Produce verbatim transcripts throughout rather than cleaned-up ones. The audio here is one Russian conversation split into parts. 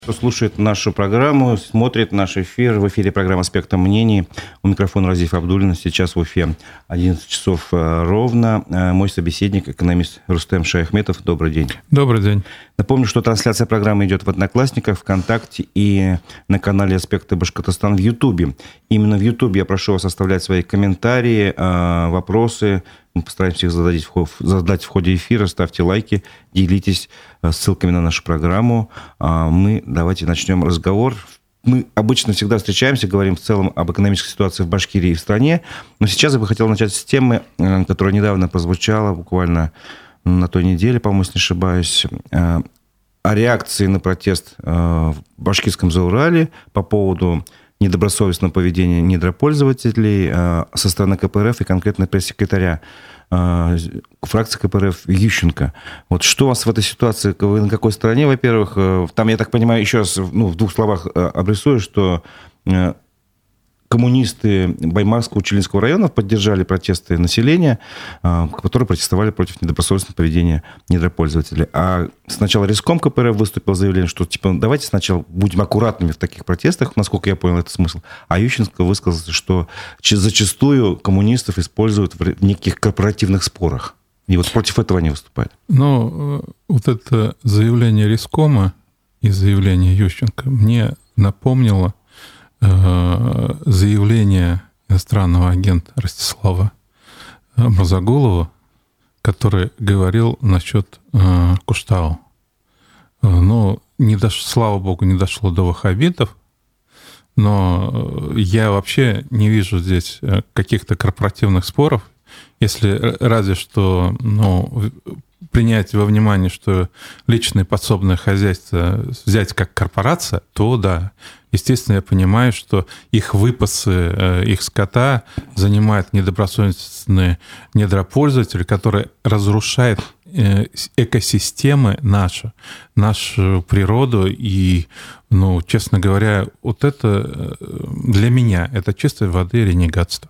Кто слушает нашу программу, смотрит наш эфир. В эфире программа «Спектр мнений». У микрофона Разиф Абдуллин. Сейчас в Уфе одиннадцать часов ровно. Мой собеседник, экономист Рустем Шаяхметов. Добрый день. Добрый день. Напомню, что трансляция программы идет в Одноклассниках, ВКонтакте и на канале «Аспекты Башкортостана» в Ютубе. Именно в Ютубе я прошу вас оставлять свои комментарии, вопросы. Мы постараемся их задать, задать в ходе эфира. Ставьте лайки, делитесь ссылками на нашу программу. Мы давайте начнем разговор. Мы обычно всегда встречаемся, говорим в целом об экономической ситуации в Башкирии и в стране. Но сейчас я бы хотел начать с темы, которая недавно прозвучала, буквально на той неделе, по-моему, если не ошибаюсь, о реакции на протест в башкирском Заурале по поводу недобросовестного поведения недропользователей со стороны ка пэ эр эф и конкретно пресс-секретаря фракции ка пэ эр эф Ющенко. Вот что у вас в этой ситуации? Вы на какой стороне, во-первых? Там, я так понимаю, еще раз ну, в двух словах обрисую, что коммунисты Баймакского Училинского района поддержали протесты населения, которые протестовали против недобросовестного поведения недропользователей. А сначала Риском ка пэ эр эф выступил с заявлением, что типа давайте сначала будем аккуратными в таких протестах, насколько я понял этот смысл. А Ющенко высказался, что зачастую коммунистов используют в неких корпоративных спорах. И вот против этого они выступают. Ну, вот это заявление Рискома и заявление Ющенко мне напомнило заявление иностранного агента Ростислава Мурзагулова, который говорил насчет э, Куштау. Ну, не дош... слава богу, не дошло до ваххабитов, но я вообще не вижу здесь каких-то корпоративных споров, если разве что ну, принять во внимание, что личное подсобное хозяйство взять как корпорация, то да. Естественно, я понимаю, что их выпасы, их скота занимают недобросовестные недропользователи, которые разрушают экосистемы наши, нашу природу. И, ну, честно говоря, вот это для меня это чистой воды ренегатство.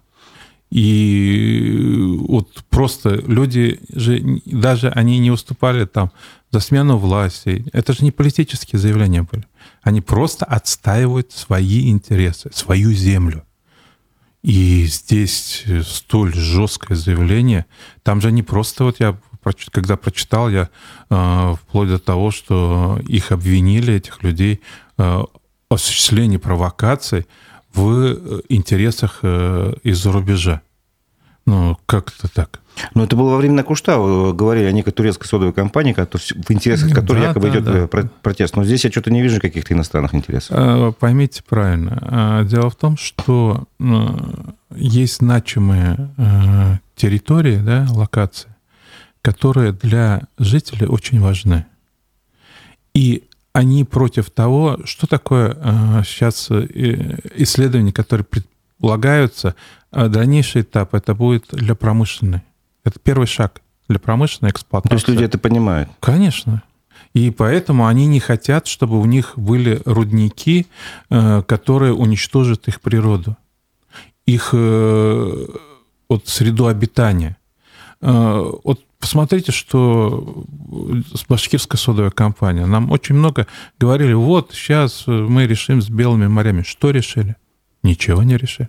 И вот просто люди же, даже они не выступали там за смену власти. Это же не политические заявления были. Они просто отстаивают свои интересы, свою землю. И здесь столь жесткое заявление. Там же не просто, вот я, когда прочитал, я вплоть до того, что их обвинили, этих людей, в осуществлении провокаций в интересах из-за рубежа. Ну, как это так? Ну, это было во времена Куштау. Говорили о некой турецкой содовой компании, в интересах которой да, якобы да, идет да. протест. Но здесь я что-то не вижу каких-то иностранных интересов. Поймите правильно. Дело в том, что есть значимые территории, да, локации, которые для жителей очень важны. И они против того, что такое сейчас исследования, которые предполагаются, дальнейший этап это будет для промышленной. Это первый шаг для промышленной эксплуатации. То есть люди это понимают? Конечно. И поэтому они не хотят, чтобы у них были рудники, которые уничтожат их природу, их вот, среду обитания. Вот посмотрите, что башкирская содовая компания. Нам очень много говорили, вот сейчас мы решим с Белыми морями. Что решили? Ничего не решили.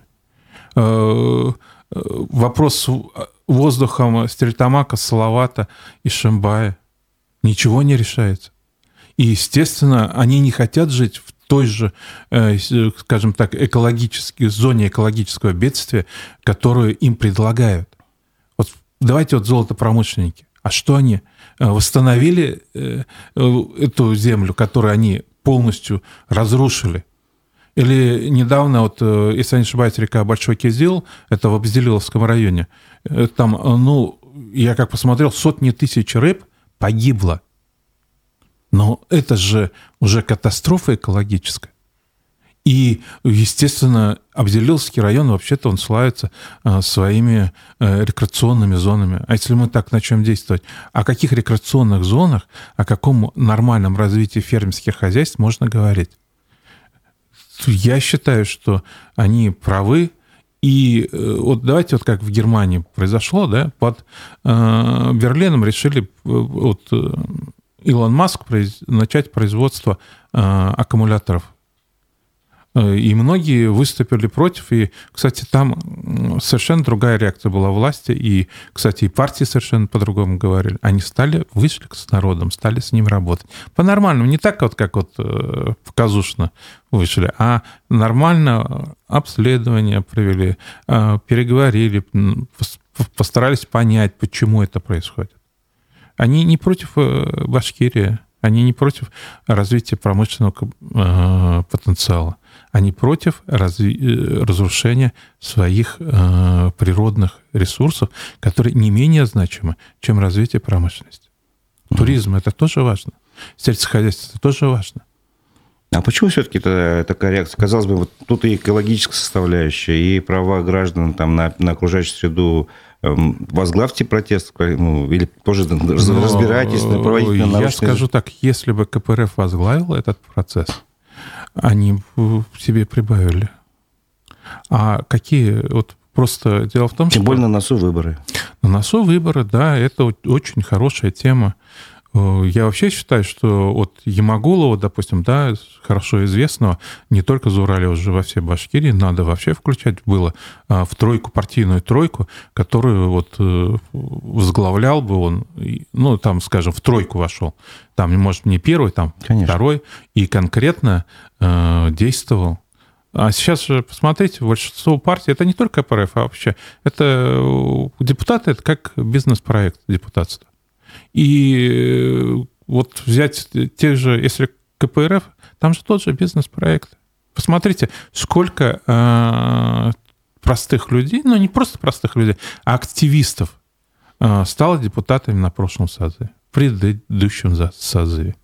Вопрос с воздухом Стерлитамака, Салавата и Шимбая. Ничего не решается. И, естественно, они не хотят жить в той же, скажем так, экологической зоне экологического бедствия, которую им предлагают. Вот давайте вот золотопромышленники. А что они? Восстановили эту землю, которую они полностью разрушили? Или недавно, вот, если я не ошибаюсь, река Большой Кизил, это в Абзелиловском районе, там, ну, я как посмотрел, сотни тысяч рыб погибло. Но это же уже катастрофа экологическая. И, естественно, Абзелиловский район, вообще-то он славится своими рекреационными зонами. А если мы так начнем действовать, о каких рекреационных зонах, о каком нормальном развитии фермерских хозяйств можно говорить? Я считаю, что они правы. И вот давайте, вот как в Германии произошло, да, под э, Берлином решили вот, Илон Маск произ... начать производство аккумуляторов. И многие выступили против. И, кстати, там совершенно другая реакция была власти. И, кстати, и партии совершенно по-другому говорили. Они стали, вышли с народом, стали с ним работать. По-нормальному. Не так вот, как вот показушно вышли, а нормально обследование провели, переговорили, постарались понять, почему это происходит. Они не против Башкирии, они не против развития промышленного потенциала. Они против разви- разрушения своих э, природных ресурсов, которые не менее значимы, чем развитие промышленности. Туризм – это тоже важно. Сельскохозяйство – это тоже важно. А почему все-таки такая реакция? Казалось бы, вот тут и экологическая составляющая, и права граждан там, на, на окружающую среду. Возглавьте протест, ну, или тоже разбирайтесь, проводите нарушения. Я скажу так, если бы ка пэ эр эф возглавил этот процесс, они себе прибавили. А какие... Вот просто дело в том, что... Тем более на носу выборы. На носу выборы, да, это очень хорошая тема. Я вообще считаю, что от Ямагулова, допустим, да, хорошо известного, не только Зурали, уже во всей Башкирии, надо вообще включать было в тройку, партийную тройку, которую вот возглавлял бы он, ну, там, скажем, в тройку вошел. Там, может, не первый, там, Конечно. Второй, и конкретно э, действовал. А сейчас же, посмотрите, большинство партий, это не только ка пэ эр эф, а вообще, это депутаты, это как бизнес-проект депутатства. И вот взять тех же, если ка пэ эр эф, там же тот же бизнес-проект. Посмотрите, сколько э, простых людей, ну не просто простых людей, а активистов э, стало депутатами на прошлом созыве, в предыдущем созыве.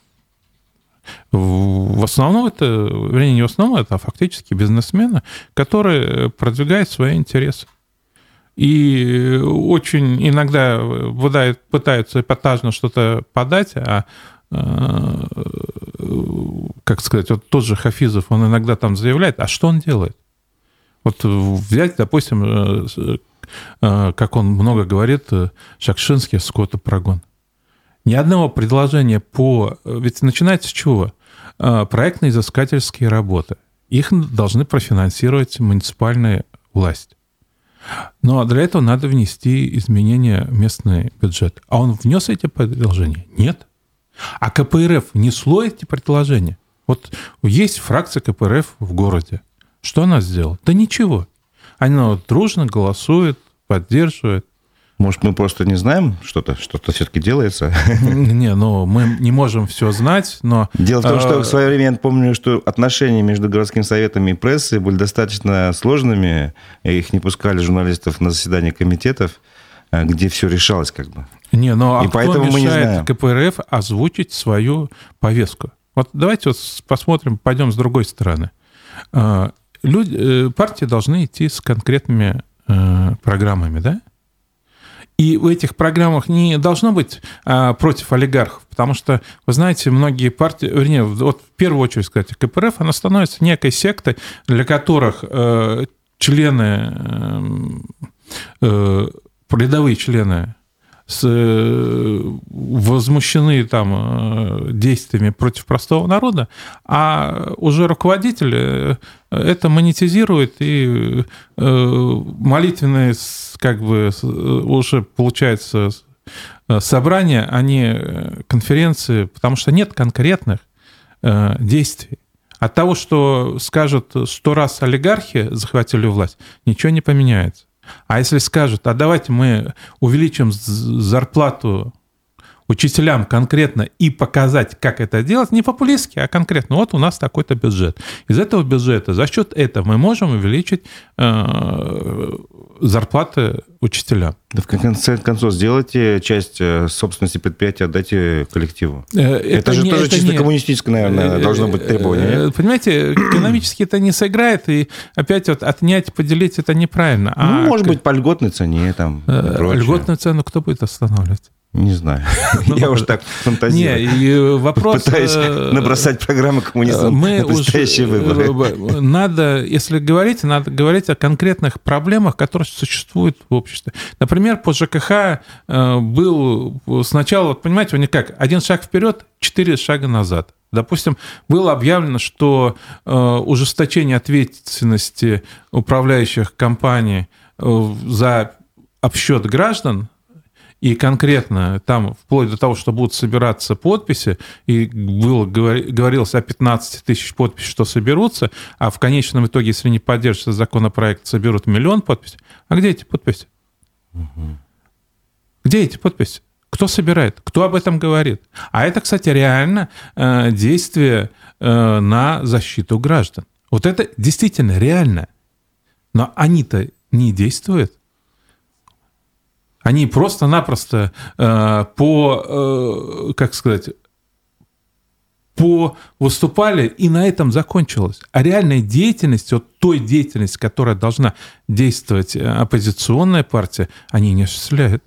В основном это, вернее, не в основном, это фактически бизнесмены, которые продвигают свои интересы. И очень иногда пытаются эпатажно что-то подать, а, как сказать, вот тот же Хафизов, он иногда там заявляет, а что он делает? Вот взять, допустим, как он много говорит, Шакшинский скотопрогон. Ни одного предложения по... Ведь начинается с чего? Проектно-изыскательские работы. Их должны профинансировать муниципальная власть. Но для этого надо внести изменения в местный бюджет. А он внес эти предложения? Нет. А ка пэ эр эф внесло эти предложения? Вот есть фракция ка пэ эр эф в городе. Что она сделала? Да ничего. Она вот дружно голосует, поддерживает. Может, мы просто не знаем что-то? Что-то все-таки делается? Не, ну, мы не можем все знать, но... Дело в том, что в свое время я помню, что отношения между городским советом и прессой были достаточно сложными. Их не пускали журналистов на заседания комитетов, где все решалось как бы. Не, ну, а и кто поэтому мы не знаем. ка пэ эр эф озвучить свою повестку? Вот давайте вот посмотрим, пойдем с другой стороны. Люди, партии должны идти с конкретными программами, да? И в этих программах не должно быть а, против олигархов, потому что, вы знаете, многие партии, вернее, вот в первую очередь, кстати, ка пэ эр эф, она становится некой сектой, для которых э, члены, э, рядовые члены с, э, возмущены там действиями против простого народа, а уже руководители это монетизируют, и э, молитвенные, как бы, уже, получается, собрания, они конференции, потому что нет конкретных э, действий. От того, что скажут сто раз олигархи захватили власть, ничего не поменяется. А если скажут, а давайте мы увеличим зарплату учителям конкретно и показать, как это делать, не популистски, а конкретно. Вот у нас такой-то бюджет. Из этого бюджета, за счет этого мы можем увеличить э, зарплаты учителям. Да в конце концов, сделайте часть собственности предприятия, отдайте коллективу. Это, это же не, тоже это чисто не... коммунистическое, наверное, должно быть требование. Понимаете, экономически это не сыграет, и опять вот отнять, поделить это неправильно. Ну, а может быть, по льготной цене там. Льготную цену кто будет останавливать? Не знаю. Я уже так фантазирую. Не, вопрос... Пытаюсь набросать программу коммунистам на предстоящие выборы. Надо, если говорить, надо говорить о конкретных проблемах, которые существуют в обществе. Например, по жэ ка ха был сначала, вот понимаете, у них как, один шаг вперед, четыре шага назад. Допустим, было объявлено, что э, ужесточение ответственности управляющих компаний э, за обсчет граждан, и конкретно там вплоть до того, что будут собираться подписи, и было, говорилось о пятнадцати тысяч подписей, что соберутся, а в конечном итоге, если не поддержится законопроект, соберут миллион подписей. А где эти подписи? Угу. Где эти подписи? Кто собирает? Кто об этом говорит? А это, кстати, реально э, действие э, на защиту граждан. Вот это действительно реально. Но они-то не действуют. Они просто-напросто э, по, э, как сказать, по выступали, и на этом закончилось. А реальная деятельность, вот той деятельности, которая должна действовать оппозиционная партия, они не осуществляют.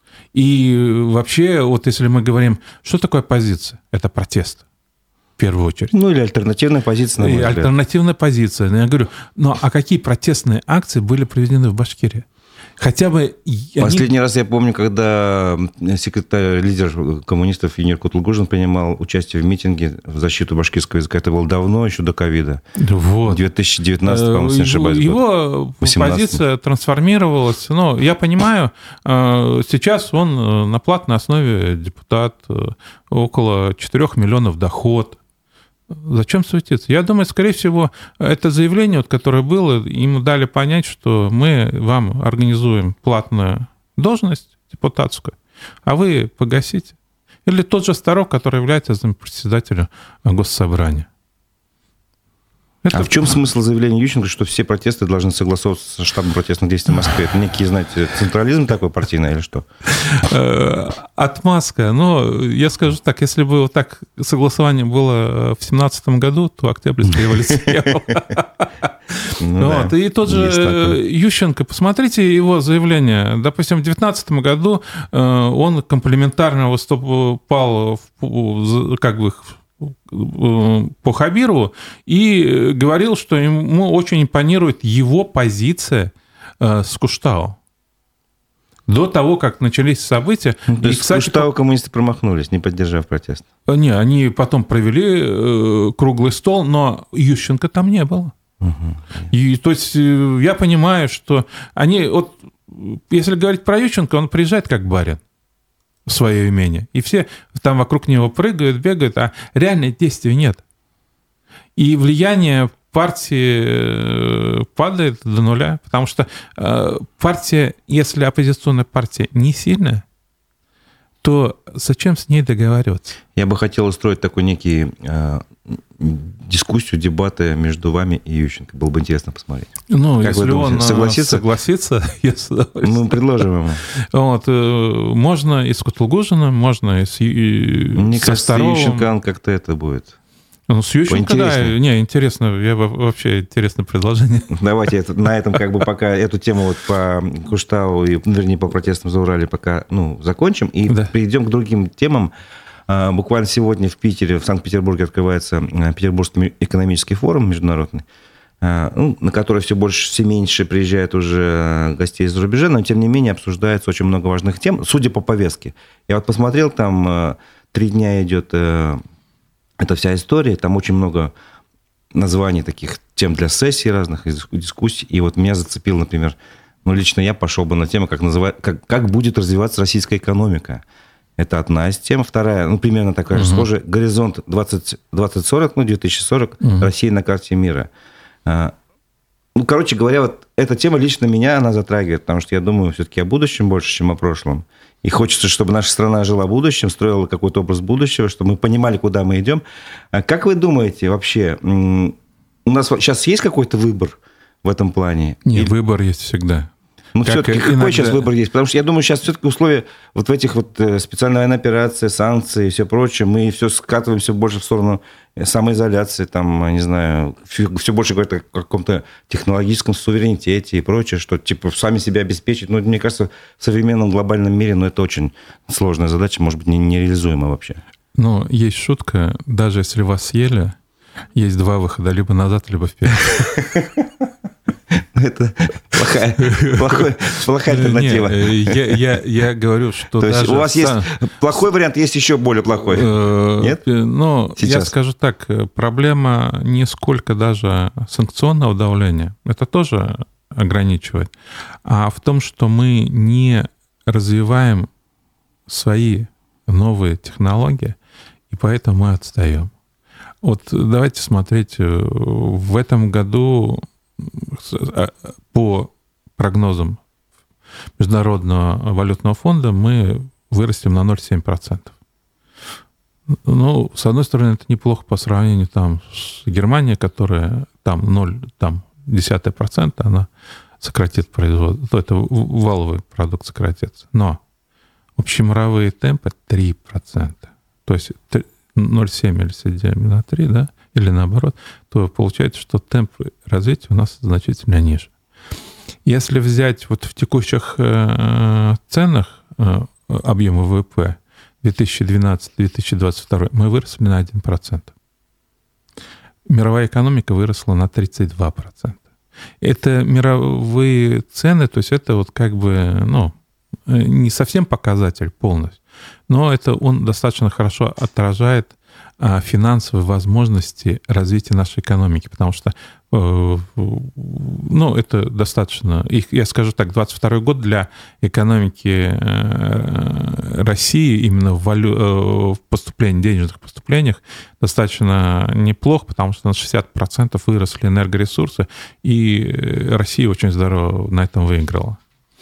И вообще, вот если мы говорим, что такое оппозиция? Это протест, в первую очередь. Ну, или альтернативная позиция, на мой взгляд. Альтернативная позиция. Я говорю, ну, а какие протестные акции были проведены в Башкирии? Хотя бы... Последний они... раз я помню, когда секретарь, лидер коммунистов Юнир Кутулгужин принимал участие в митинге в защиту башкирского языка. Это было давно, еще до ковида. Вот. две тысячи девятнадцатый, по-моему, если не ошибаюсь. Его позиция трансформировалась. Но я понимаю, сейчас он на платной основе депутат, около четырёх миллионов доход. Зачем суетиться? Я думаю, скорее всего, это заявление, вот, которое было, ему дали понять, что мы вам организуем платную должность депутатскую, а вы погасите. Или тот же Старок, который является зампредседателем Госсобрания. Это... А в чем смысл заявления Ющенко, что все протесты должны согласовываться со штабом протестных действий в Москве? Это некий, знаете, централизм такой партийный или что? Отмазка. Но я скажу так, если бы вот так согласование было в семнадцатом году, то Октябрьская революция не было. Вот. И тот же Ющенко, посмотрите его заявление. Допустим, в две тысячи девятнадцатом году он комплиментарно выступал как бы по Хабирову и говорил, что ему очень импонирует его позиция с Куштау. До того, как начались события... То и, есть кстати, Куштау коммунисты промахнулись, не поддержав протест? Не, они потом провели круглый стол, но Ющенко там не было. Угу. И, то есть я понимаю, что они... Вот, если говорить про Ющенко, он приезжает как барин в свое имение, и все там вокруг него прыгают, бегают, а реальных действий нет. И влияние партии падает до нуля, потому что партия, если оппозиционная партия не сильная, то зачем с ней договариваться? Я бы хотел устроить такой некий э, дискуссию, дебаты между вами и Ющенко. Было бы интересно посмотреть. Ну, как если он согласится, согласится я с удовольствием. Мы предложим ему. Вот, можно и с Кутулгужиным, можно и с Мне кажется, Старовым. Ющенко он как-то это будет... Ну, с Ющенко, да, не, интересно, я вообще интересное предложение. Давайте это, на этом как бы пока эту тему вот по Куштау, и, вернее, по протестам за Урале пока ну, закончим и да. перейдем к другим темам. Буквально сегодня в Питере, в Санкт-Петербурге открывается Петербургский экономический форум международный, ну, на который все больше, все меньше приезжает уже гостей из-за рубежа, но тем не менее обсуждается очень много важных тем, судя по повестке. Я вот посмотрел, там три дня идет... Это вся история, там очень много названий таких тем для сессий разных, дискуссий. И вот меня зацепил, например, ну, лично я пошел бы на тему, как, называть, как, как будет развиваться российская экономика. Это одна из тем. Вторая, ну, примерно такая же угу. схожая. Горизонт двадцать сорок, ну, две тысячи сорок, угу. Россия на карте мира. Ну, короче говоря, вот эта тема лично меня, она затрагивает, потому что я думаю все-таки о будущем больше, чем о прошлом. И хочется, чтобы наша страна жила будущим, строила какой-то образ будущего, чтобы мы понимали, куда мы идем. Как вы думаете вообще, у нас сейчас есть какой-то выбор в этом плане? Нет, Или... выбор есть всегда. Ну, все-таки иногда... какой сейчас выбор есть? Потому что я думаю, сейчас все-таки условия вот в этих вот специальной военной операции, санкции и все прочее, мы все скатываемся больше в сторону самоизоляции, там, не знаю, все больше говорят о каком-то технологическом суверенитете и прочее, что типа сами себя обеспечить. Ну, мне кажется, в современном глобальном мире, ну, это очень сложная задача, может быть, нереализуема вообще. Ну, есть шутка, даже если вас съели, есть два выхода, либо назад, либо вперед. Это плохая, плохой, плохая альтернатива. Не, я, я, я говорю, что То даже... есть у вас есть плохой вариант, есть еще более плохой. Нет? Ну, Сейчас. Я скажу так, проблема не сколько даже санкционного давления, это тоже ограничивает, а в том, что мы не развиваем свои новые технологии, и поэтому мы отстаем. Вот давайте смотреть, в этом году по прогнозам Международного валютного фонда мы вырастем на ноль целых семь десятых процента. Ну, с одной стороны, это неплохо по сравнению там, с Германией, которая там ноль целых десять процента, она сократит производство, это валовый продукт сократится. Но общемировые темпы три процента. То есть ноль целых семь десятых или семь на три, да, или наоборот, то получается, что темп развития у нас значительно ниже. Если взять вот в текущих э, ценах э, объема ВВП две тысячи двенадцатый - две тысячи двадцать второй, мы выросли на один процент. Мировая экономика выросла на тридцать два процента. Это мировые цены, то есть это вот как бы, ну, не совсем показатель полностью, но это он достаточно хорошо отражает финансовые возможности развития нашей экономики, потому что, ну, это достаточно, я скажу так, двадцать второй год для экономики России именно в, валю, в поступлении, денежных поступлениях достаточно неплохо, потому что на шестьдесят процентов выросли энергоресурсы, и Россия очень здорово на этом выиграла.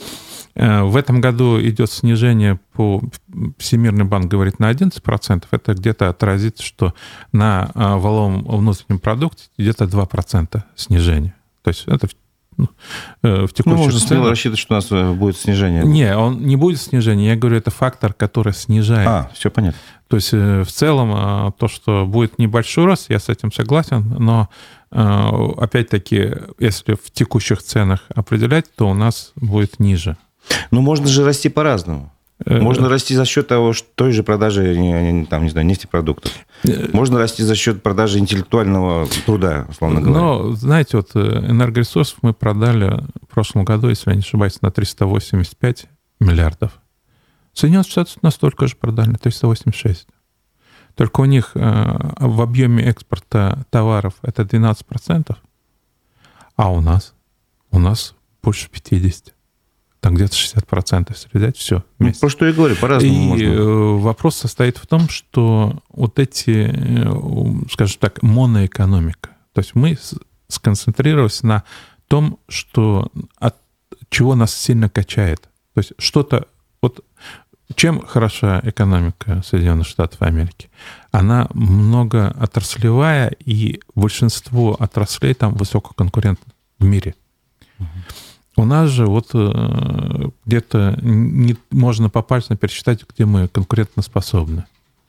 В этом году идет снижение, по Всемирный банк говорит, на одиннадцать процентов. Это где-то отразится, что на валовом внутреннем продукте где-то два процента снижения. То есть это ну, в текущих ну, можно ценах... рассчитывать, что у нас будет снижение. Не, он не будет снижения. Я говорю, это фактор, который снижает. А, все понятно. То есть в целом то, что будет небольшой рост, я с этим согласен, но опять-таки, если в текущих ценах определять, то у нас будет ниже. Ну, можно же расти по-разному. Можно расти за счет того, что той же продажи, там, не знаю, нефтепродуктов. Можно расти за счет продажи интеллектуального труда, условно говоря. Но, знаете, вот энергоресурсов мы продали в прошлом году, если я не ошибаюсь, на триста восемьдесят пять миллиардов. Соединенные Штаты настолько же продали, на триста восемьдесят шесть. Только у них в объеме экспорта товаров это двенадцать процентов, а у нас, у нас больше пятьдесят. Там где-то шестьдесят процентов, если взять, все вместе. Ну, про что я говорю, по-разному И можно. Вопрос состоит в том, что вот эти, скажем так, моноэкономика, то есть мы сконцентрировались на том, что от чего нас сильно качает. То есть что-то... Вот чем хороша экономика Соединенных Штатов Америки? Она многоотраслевая, и большинство отраслей там высококонкурентны в мире. Угу. У нас же вот где-то не, можно по пальцам пересчитать, где мы конкурентоспособны.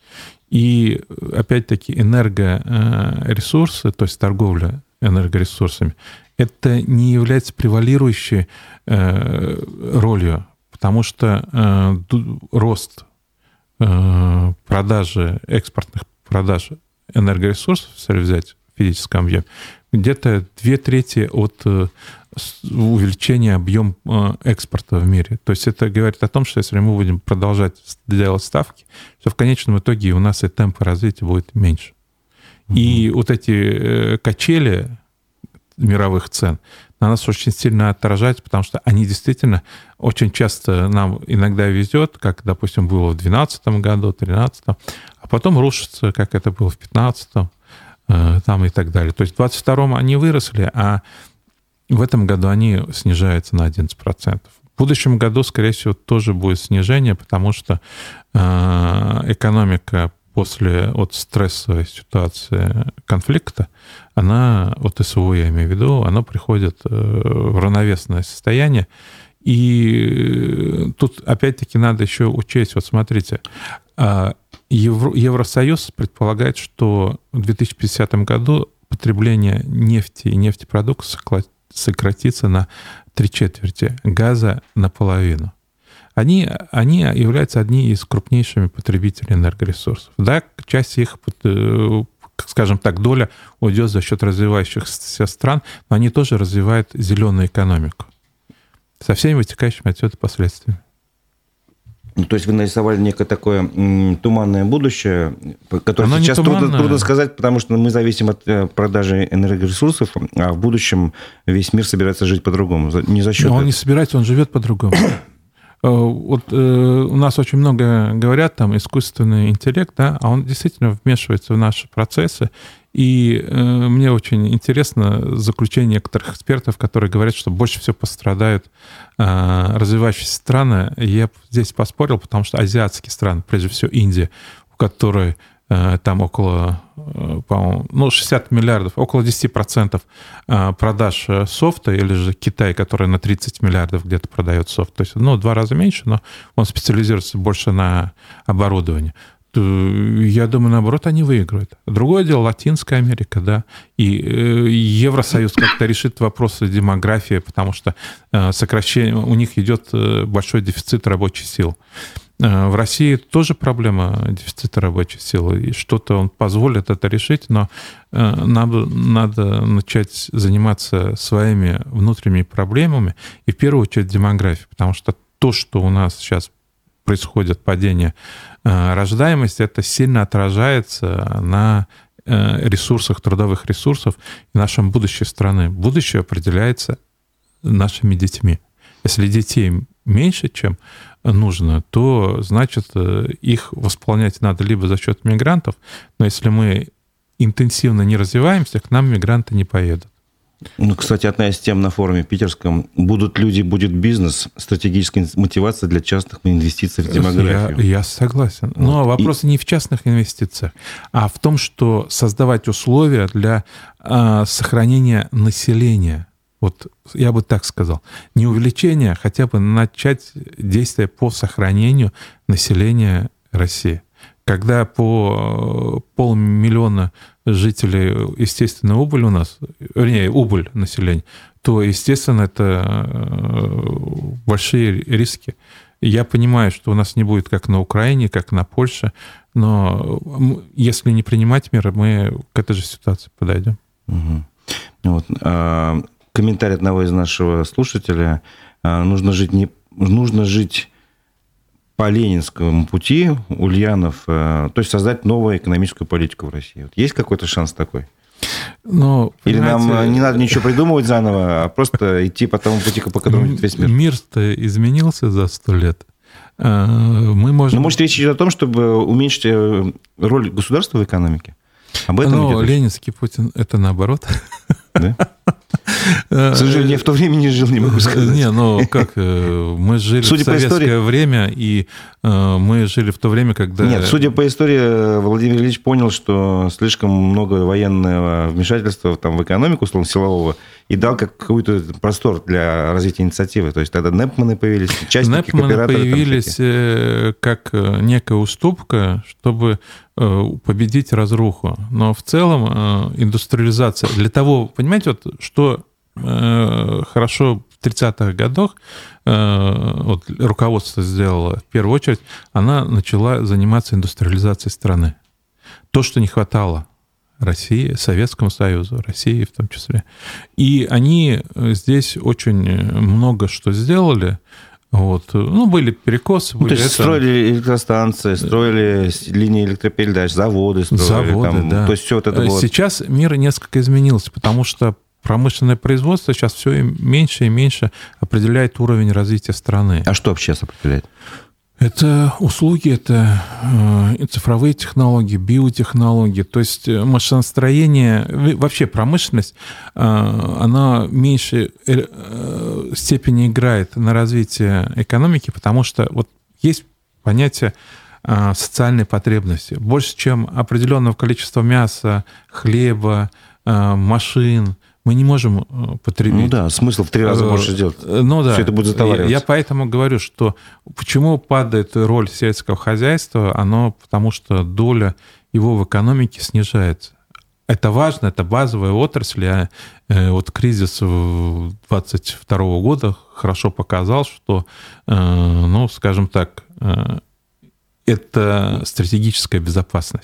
И опять-таки энергоресурсы, то есть торговля энергоресурсами, это не является превалирующей ролью, потому что рост продажи, экспортных продаж энергоресурсов, если взять в физическом объеме, где-то две трети от увеличения объема экспорта в мире. То есть это говорит о том, что если мы будем продолжать делать ставки, то в конечном итоге у нас и темпы развития будет меньше. Mm-hmm. И вот эти качели мировых цен на нас очень сильно отражаются, потому что они действительно очень часто нам иногда везет, как, допустим, было в две тысячи двенадцатом году, две тысячи тринадцатом, а потом рушится, как это было в две тысячи пятнадцатом, там и так далее. То есть в двадцать втором они выросли, а в этом году они снижаются на одиннадцать процентов. В будущем году, скорее всего, тоже будет снижение, потому что экономика после от стрессовой ситуации конфликта, она, от СВО я имею в виду, она приходит в равновесное состояние. И тут опять-таки надо еще учесть, вот смотрите, Евро, Евросоюз предполагает, что в две тысячи пятидесятом году потребление нефти и нефтепродуктов сократится на три четверти, газа наполовину. Они, они являются одни из крупнейшими потребителей энергоресурсов. Да, часть их скажем так, доля уйдет за счет развивающихся стран, но они тоже развивают зеленую экономику со всеми вытекающими отсюда последствиями. Ну, то есть вы нарисовали некое такое м, туманное будущее, которое Оно сейчас трудно, трудно сказать, потому что мы зависим от продажи энергоресурсов, а в будущем весь мир собирается жить по-другому, не за счет... Но он этого. не собирается, он живет по-другому. Вот э, у нас очень много говорят, там, искусственный интеллект, да, а он действительно вмешивается в наши процессы. И э, мне очень интересно заключение некоторых экспертов, которые говорят, что больше всего пострадают э, развивающиеся страны. Я здесь поспорил, потому что азиатские страны, прежде всего Индия, у которой э, там около, э, по-моему, ну, шестьдесят миллиардов, около десять процентов э, продаж софта, или же Китай, который на тридцать миллиардов где-то продает софт. То есть, ну, в два раза меньше, но он специализируется больше на оборудовании. Я думаю, наоборот, они выиграют. Другое дело Латинская Америка, да, и Евросоюз как-то решит вопросы демографии, потому что сокращение, у них идет большой дефицит рабочей силы. В России тоже проблема дефицита рабочей силы, и что-то он позволит это решить, но надо, надо начать заниматься своими внутренними проблемами, и в первую очередь демографией, потому что то, что у нас сейчас происходит падение рождаемости, это сильно отражается на ресурсах, трудовых ресурсах и нашем будущей страны. Будущее определяется нашими детьми. Если детей меньше, чем нужно, то, значит, их восполнять надо либо за счет мигрантов, но если мы интенсивно не развиваемся, к нам мигранты не поедут. Ну, кстати, одна из тем на форуме питерском: «Будут люди, будет бизнес. Стратегическая мотивация для частных инвестиций в демографию». Я, я согласен. Вот. Но вопрос И... не в частных инвестициях, а в том, что создавать условия для э, сохранения населения. Вот я бы так сказал. Не увеличение, а хотя бы начать действия по сохранению населения России. Когда по полмиллиона жителей естественная убыль у нас, вернее, убыль населения, то, естественно, это большие риски. Я понимаю, что у нас не будет как на Украине, как на Польше, но если не принимать меры, мы к этой же ситуации подойдем. Угу. Вот. А, комментарий одного из нашего слушателя: а, нужно жить не нужно жить по ленинскому пути, Ульянов, то есть создать новую экономическую политику в России. Вот есть какой-то шанс такой? Но, Или нам не надо ничего придумывать заново, а просто идти по тому пути, по которому идет весь мир? Мир-то изменился за сто лет. Мы можем... Но может речь идет о том, чтобы уменьшить роль государства в экономике? Об этом Но идет ленинский Путин — это наоборот. Да? К сожалению, я в то время не жил, не могу сказать. Не, ну как, мы жили судя в советское истории... время, и э, мы жили в то время, когда... Нет, судя по истории, Владимир Ильич понял, что слишком много военного вмешательства там, в экономику, условно, силового, и дал как какой-то простор для развития инициативы. То есть тогда Непманы появились, частники, Непманы появились там, как некая уступка, чтобы победить разруху. Но в целом индустриализация... Для того, понимаете, вот, что хорошо в тридцатых годах вот, руководство сделало, в первую очередь, она начала заниматься индустриализацией страны. То, что не хватало России, Советскому Союзу, России в том числе. И они здесь очень много что сделали. Вот. Ну, были перекосы. Ну, были то есть это... строили электростанции, строили линии электропередач, заводы строили. Заводы, там, да. То есть все вот это было... Сейчас мир несколько изменился, потому что промышленное производство сейчас все меньше и меньше определяет уровень развития страны. А что вообще определяет? Это услуги, это цифровые технологии, биотехнологии. То есть машиностроение, вообще промышленность, она в меньшей степени играет на развитие экономики, потому что вот есть понятие социальной потребности. Больше, чем определенного количества мяса, хлеба, машин, мы не можем потребить. Ну да, смысл в три раза больше сделать. Ну да. Все это будет затовариваться. Я поэтому говорю, что почему падает роль сельского хозяйства, оно потому что доля его в экономике снижается. Это важно, это базовая отрасль. А вот кризис двадцать второго года хорошо показал, что, ну, скажем так, это стратегическая безопасность.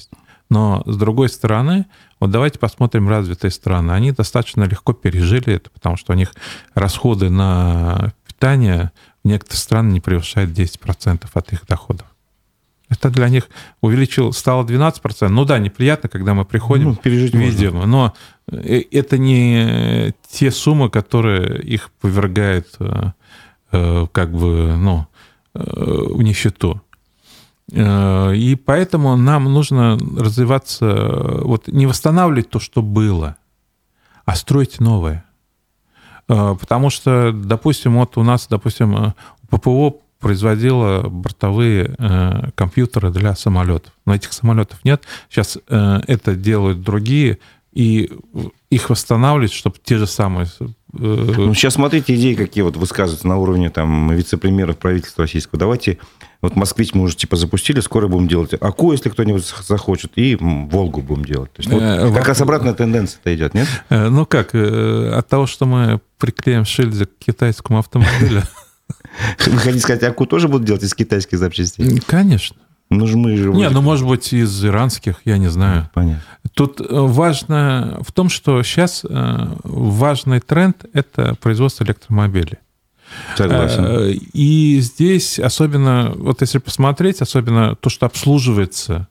Но, с другой стороны, вот давайте посмотрим развитые страны. Они достаточно легко пережили это, потому что у них расходы на питание в некоторых странах не превышают десять процентов от их доходов. Это для них увеличил, стало двенадцать процентов. Ну да, неприятно, когда мы приходим, ну, пережить видим, можно. Но это не те суммы, которые их повергают как бы, ну, в нищету. И поэтому нам нужно развиваться, вот не восстанавливать то, что было, а строить новое. Потому что, допустим, вот у нас, допустим, ППО производила бортовые э, компьютеры для самолетов. Но этих самолетов нет. Сейчас э, это делают другие, и их восстанавливать, чтобы те же самые... Э... Ну, сейчас смотрите, идеи какие вот высказываются на уровне там, вице-премьеров правительства российского. Давайте, вот «Москвич» мы уже типа запустили, скоро будем делать АКУ, если кто-нибудь захочет, и «Волгу» будем делать. То есть, вот, э, как раз обратная тенденция-то идет, нет? Э, ну как, э, от того, что мы приклеим шильдик к китайскому автомобилю... Вы хотите сказать, АКУ тоже будут делать из китайских запчастей? Конечно. Ну, же мы же... Не, ну, может быть, из иранских, я не знаю. Понятно. Тут важно в том, что сейчас важный тренд – это производство электромобилей. Согласен. И здесь особенно, вот если посмотреть, особенно то, что обслуживается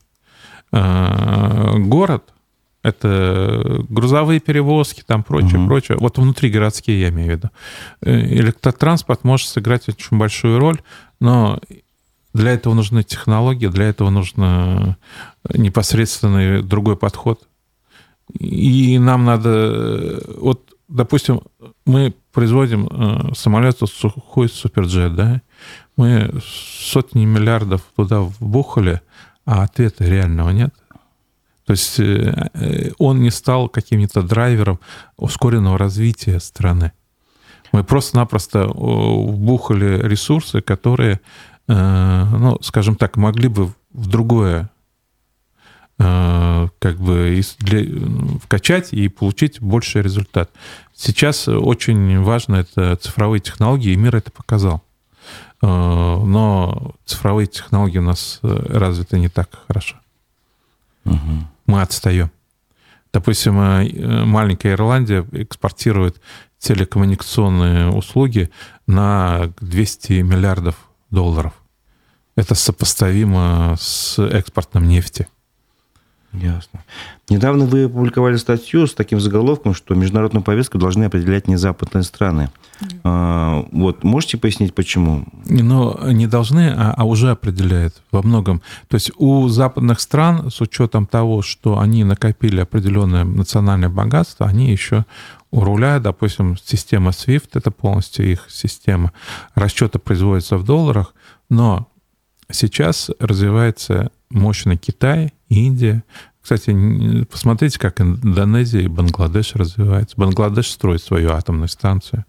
город, это грузовые перевозки, там прочее, угу. прочее. Вот внутригородские, я имею в виду. Электротранспорт может сыграть очень большую роль, но для этого нужны технологии, для этого нужен непосредственный другой подход. И нам надо... Вот, допустим, мы производим самолет сухой суперджет, да? Мы сотни миллиардов туда вбухали, а ответа реального нет. То есть он не стал каким-то драйвером ускоренного развития страны. Мы просто-напросто вбухали ресурсы, которые, ну, скажем так, могли бы в другое как бы вкачать и получить больший результат. Сейчас очень важно это цифровые технологии, и мир это показал. Но цифровые технологии у нас развиты не так хорошо. Угу. Мы отстаем. Допустим, маленькая Ирландия экспортирует телекоммуникационные услуги на двести миллиардов долларов. Это сопоставимо с экспортом нефти. Ясно. Недавно вы опубликовали статью с таким заголовком, что международную повестку должны определять не западные страны. Mm. А, вот, можете пояснить, почему? Ну, не должны, а, а уже определяют во многом. То есть у западных стран, с учетом того, что они накопили определенное национальное богатство, они еще у руля, допустим, система свифт, это полностью их система, расчеты производятся в долларах, но сейчас развивается мощно Китай, Индия. Кстати, посмотрите, как Индонезия и Бангладеш развиваются. Бангладеш строит свою атомную станцию.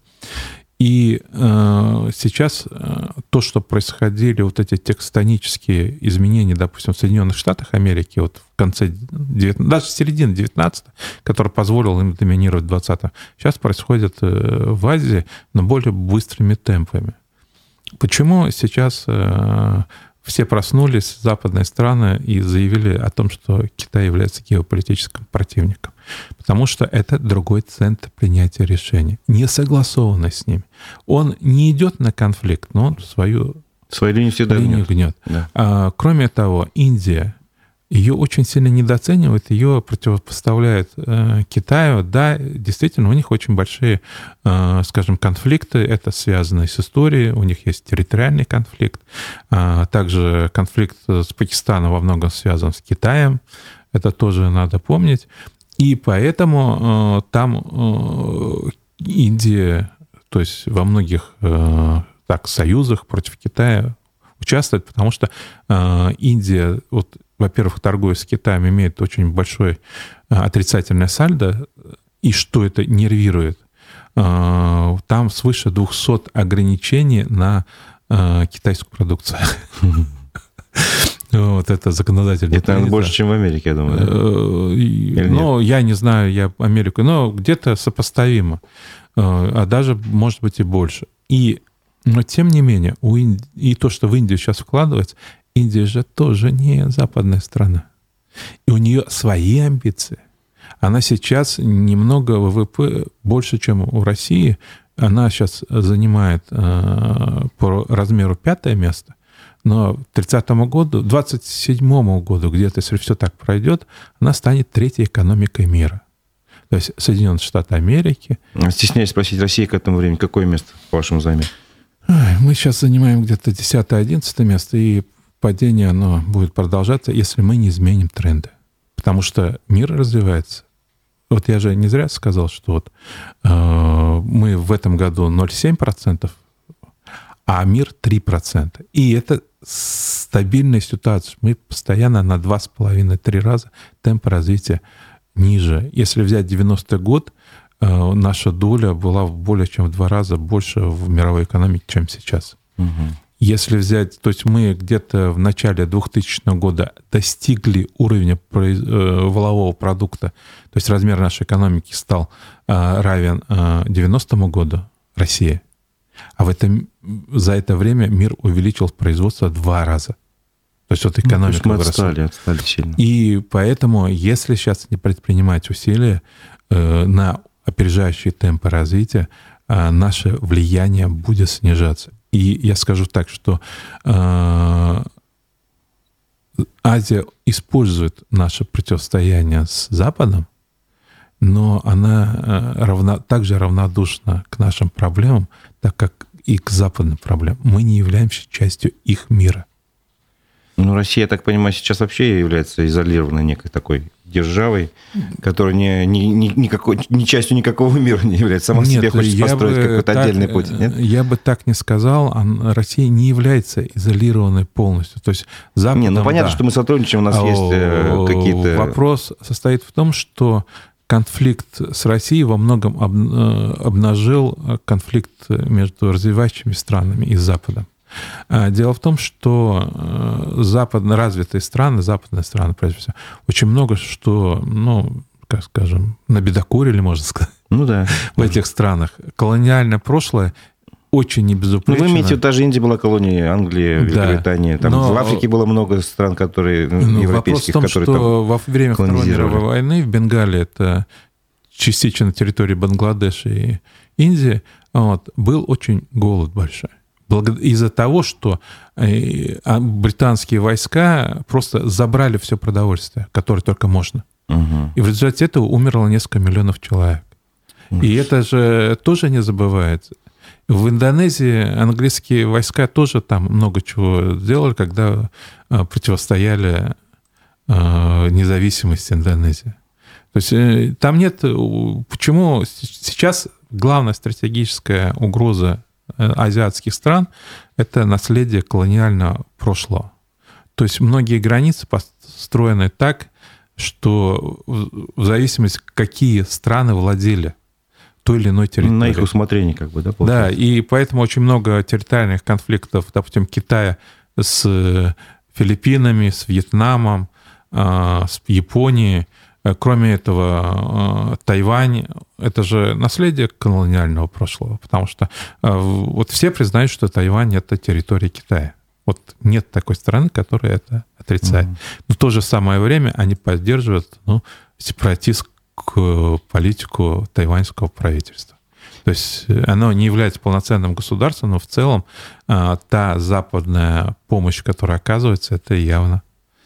И э, сейчас э, то, что происходили, вот эти тектонические изменения, допустим, в Соединенных Штатах Америки, вот в конце девятнадцатого, даже в середине девятнадцатого, который позволил им доминировать в двадцатом, сейчас происходит э, в Азии, но более быстрыми темпами. Почему сейчас... Э, Все проснулись, западные страны, и заявили о том, что Китай является геополитическим противником. Потому что это другой центр принятия решений, не согласованный с ними. Он не идет на конфликт, но он свою, свою линию всегда линию гнет. Да. А, кроме того, Индия, ее очень сильно недооценивают, ее противопоставляют э, Китаю. Да, действительно, у них очень большие, э, скажем, конфликты. Это связано с историей, у них есть территориальный конфликт. А также конфликт с Пакистаном во многом связан с Китаем. Это тоже надо помнить. И поэтому э, там э, Индия, то есть во многих э, так, союзах против Китая участвует, потому что э, Индия... Вот, во-первых, торгуя с Китаем, имеет очень большой отрицательное сальдо, и что это нервирует? Там свыше двухсот ограничений на китайскую продукцию. Вот это законодательно. Это больше, чем в Америке, я думаю. Ну, я не знаю, я Америку, но где-то сопоставимо, а даже, может быть, и больше. И, но, тем не менее, у Инди... и то, что в Индию сейчас вкладывается, Индия же тоже не западная страна. И у нее свои амбиции. Она сейчас немного ВВП больше, чем у России. Она сейчас занимает э, по размеру пятое место. Но к тридцатому году, двадцать седьмому году, где-то, если все так пройдет, она станет третьей экономикой мира. То есть Соединенные Штаты Америки. Стесняюсь спросить, Россия к этому времени какое место, по-вашему, займет? Мы сейчас занимаем где-то десятое-одиннадцатое место, и падение оно будет продолжаться, если мы не изменим тренды. Потому что мир развивается. Вот я же не зря сказал, что вот, э, мы в этом году ноль целых семь десятых процента, а мир три процента. И это стабильная ситуация. Мы постоянно на два с половиной - три раза темп развития ниже. Если взять девяностый год, э, наша доля была более чем в два раза больше в мировой экономике, чем сейчас. Угу. Если взять, то есть мы где-то в начале двухтысячного года достигли уровня произ... э, валового продукта, то есть размер нашей экономики стал э, равен э, девяностому году, Россия. А в этом, за это время мир увеличил производство в два раза. То есть вот экономика ну, мы выросла. отстали, отстали сильно. И поэтому, если сейчас не предпринимать усилия э, на опережающие темпы развития, э, наше влияние будет снижаться. И я скажу так, что э, Азия использует наше противостояние с Западом, но она э, равна, также равнодушна к нашим проблемам, так как и к западным проблемам. Мы не являемся частью их мира. Ну, Россия, я так понимаю, сейчас вообще является изолированной некой такой державой, которая не, не, не, никакой, не частью никакого мира не является. Сама нет, себе хочет построить какой-то так, отдельный путь. Нет? Я бы так не сказал. Россия не является изолированной полностью. То есть Западом, не, ну понятно, да. что мы сотрудничаем, у нас О, есть какие-то... Вопрос состоит в том, что конфликт с Россией во многом обнажил конфликт между развивающими странами и Западом. Дело в том, что западно развитые страны, западные страны, прежде всего, очень много что, ну, как скажем, набедокурили, можно сказать, ну, да, в этих странах. Колониальное прошлое очень небезупречно. Ну, вы имеете в виду, даже Индия была колонией Англии, Великобритании. Там но... в Африке было много стран, которые, ну, европейских, вопрос в том, которые что там во время Второй мировой войны в Бенгалии, это частично территория Бангладеша и Индии, вот, был очень голод большой. Из-за того, что британские войска просто забрали все продовольствие, которое только можно. Угу. И в результате этого умерло несколько миллионов человек. Угу. И это же тоже не забывается. В Индонезии английские войска тоже там много чего сделали, когда противостояли независимости Индонезии. То есть там нет... Почему сейчас главная стратегическая угроза азиатских стран — это наследие колониального прошлого. То есть многие границы построены так, что в зависимости, какие страны владели той или иной территорией. На их усмотрение, как бы, да? Получается? Да, и поэтому очень много территориальных конфликтов, допустим, Китая с Филиппинами, с Вьетнамом, с Японией. Кроме этого, Тайвань — это же наследие колониального прошлого, потому что вот все признают, что Тайвань — это территория Китая. Вот нет такой страны, которая это отрицает. Mm-hmm. Но в то же самое время они поддерживают, ну, сепаратистскую политику тайваньского правительства. То есть оно не является полноценным государством, но в целом та западная помощь, которая оказывается, это явно.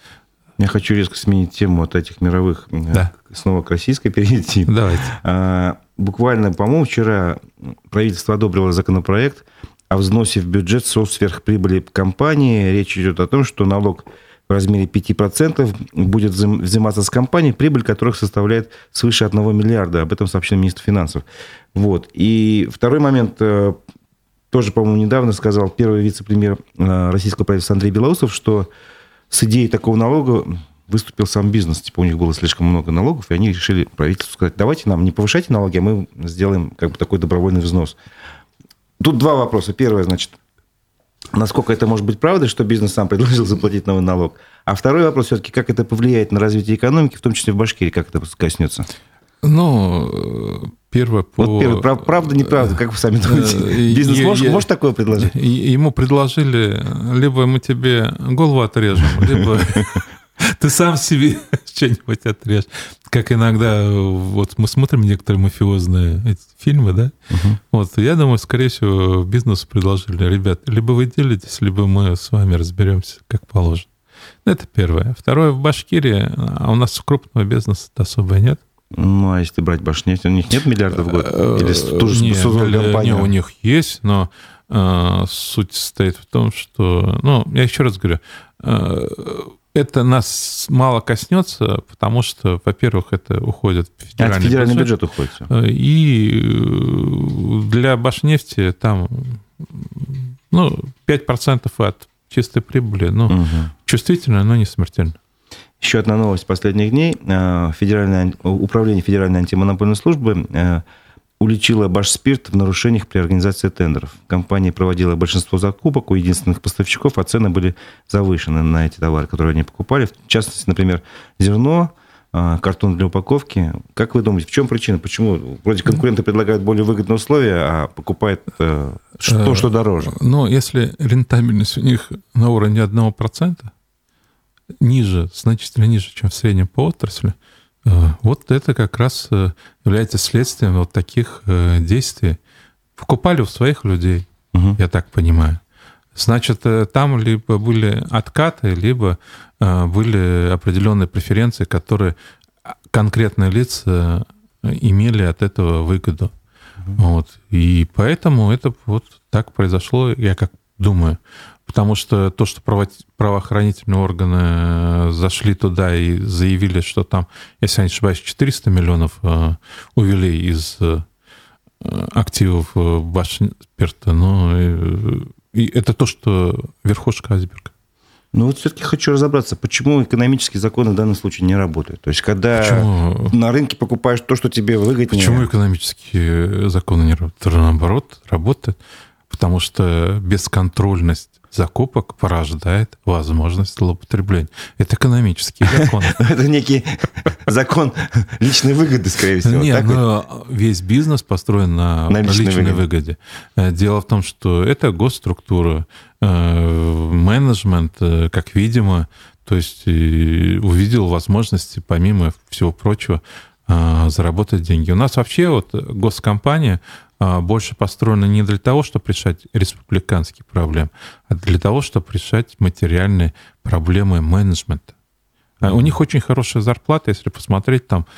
Я хочу резко сменить тему от этих мировых, да. снова к российской перейти. Давайте. А, буквально, по-моему, вчера правительство одобрило законопроект о взносе в бюджет со сверхприбыли компании. Речь идет о том, что налог в размере пять процентов будет взиматься с компаний, прибыль которых составляет свыше одного миллиарда. Об этом сообщил министр финансов. Вот. И второй момент, тоже, по-моему, недавно сказал первый вице-премьер российского правительства Андрей Белоусов, что с идеей такого налога выступил сам бизнес. Типа у них было слишком много налогов, и они решили правительству сказать: давайте нам не повышайте налоги, а мы сделаем как бы такой добровольный взнос. Тут два вопроса. Первое, значит, насколько это может быть правдой, что бизнес сам предложил заплатить новый налог? А второй вопрос все-таки, как это повлияет на развитие экономики, в том числе в Башкирии, как это коснется? Ну, первое по... Вот первое, прав, правда, неправда, как вы сами думаете? Бизнес может, я, может такое предложить? Ему предложили, либо мы тебе голову отрежем, либо ты сам себе что-нибудь отрежь. Как иногда, вот мы смотрим некоторые мафиозные эти фильмы, да? Uh-huh. Вот, я думаю, скорее всего, бизнесу предложили: ребят, либо вы делитесь, либо мы с вами разберемся, как положено. Это первое. Второе, в Башкирии, а у нас крупного бизнеса особо нет. Ну, а если брать Башнефть, у них нет миллиардов в год? Или ту же не, компанию? Не, у них есть, но э, суть состоит в том, что... Ну, я еще раз говорю, э, это нас мало коснется, потому что, во-первых, это уходит в федеральный, а, федеральный бюджет. бюджет уходит. И для Башнефти там ну, пять процентов от чистой прибыли. Ну, угу. Чувствительно, но не смертельно. Еще одна новость последних дней. Федеральное, управление Федеральной антимонопольной службы уличило Башспирт в нарушениях при организации тендеров. Компания проводила большинство закупок у единственных поставщиков, а цены были завышены на эти товары, которые они покупали. В частности, например, зерно, картон для упаковки. Как вы думаете, в чем причина? Почему вроде конкуренты предлагают более выгодные условия, а покупают то, что дороже? Ну, если рентабельность у них на уровне одного процента, ниже, значительно ниже, чем в среднем по отрасли, вот это как раз является следствием вот таких действий. Покупали у своих людей, угу. я так понимаю. Значит, там либо были откаты, либо были определенные преференции, которые конкретные лица имели от этого выгоду. Угу. Вот. И поэтому это вот так произошло, я как думаю. Потому что то, что правоохранительные органы зашли туда и заявили, что там, если я не ошибаюсь, четыреста миллионов увели из активов Башспирта, ну, и это то, что верхушка айсберга. Ну вот все-таки хочу разобраться, почему экономические законы в данном случае не работают. То есть, когда почему? На рынке покупаешь то, что тебе выгоднее... Почему экономические законы не работают? Наоборот, работают. Потому что бесконтрольность закупок порождает возможность злоупотребления. Это экономический закон. Это некий закон личной выгоды, скорее всего. Нет, но весь бизнес построен на личной выгоде. Дело в том, что это госструктура, менеджмент, как видимо, то есть увидел возможности, помимо всего прочего, заработать деньги. У нас вообще вот госкомпания больше построена не для того, чтобы решать республиканские проблемы, а для того, чтобы решать материальные проблемы менеджмента. Mm-hmm. У них очень хорошая зарплата, если посмотреть, там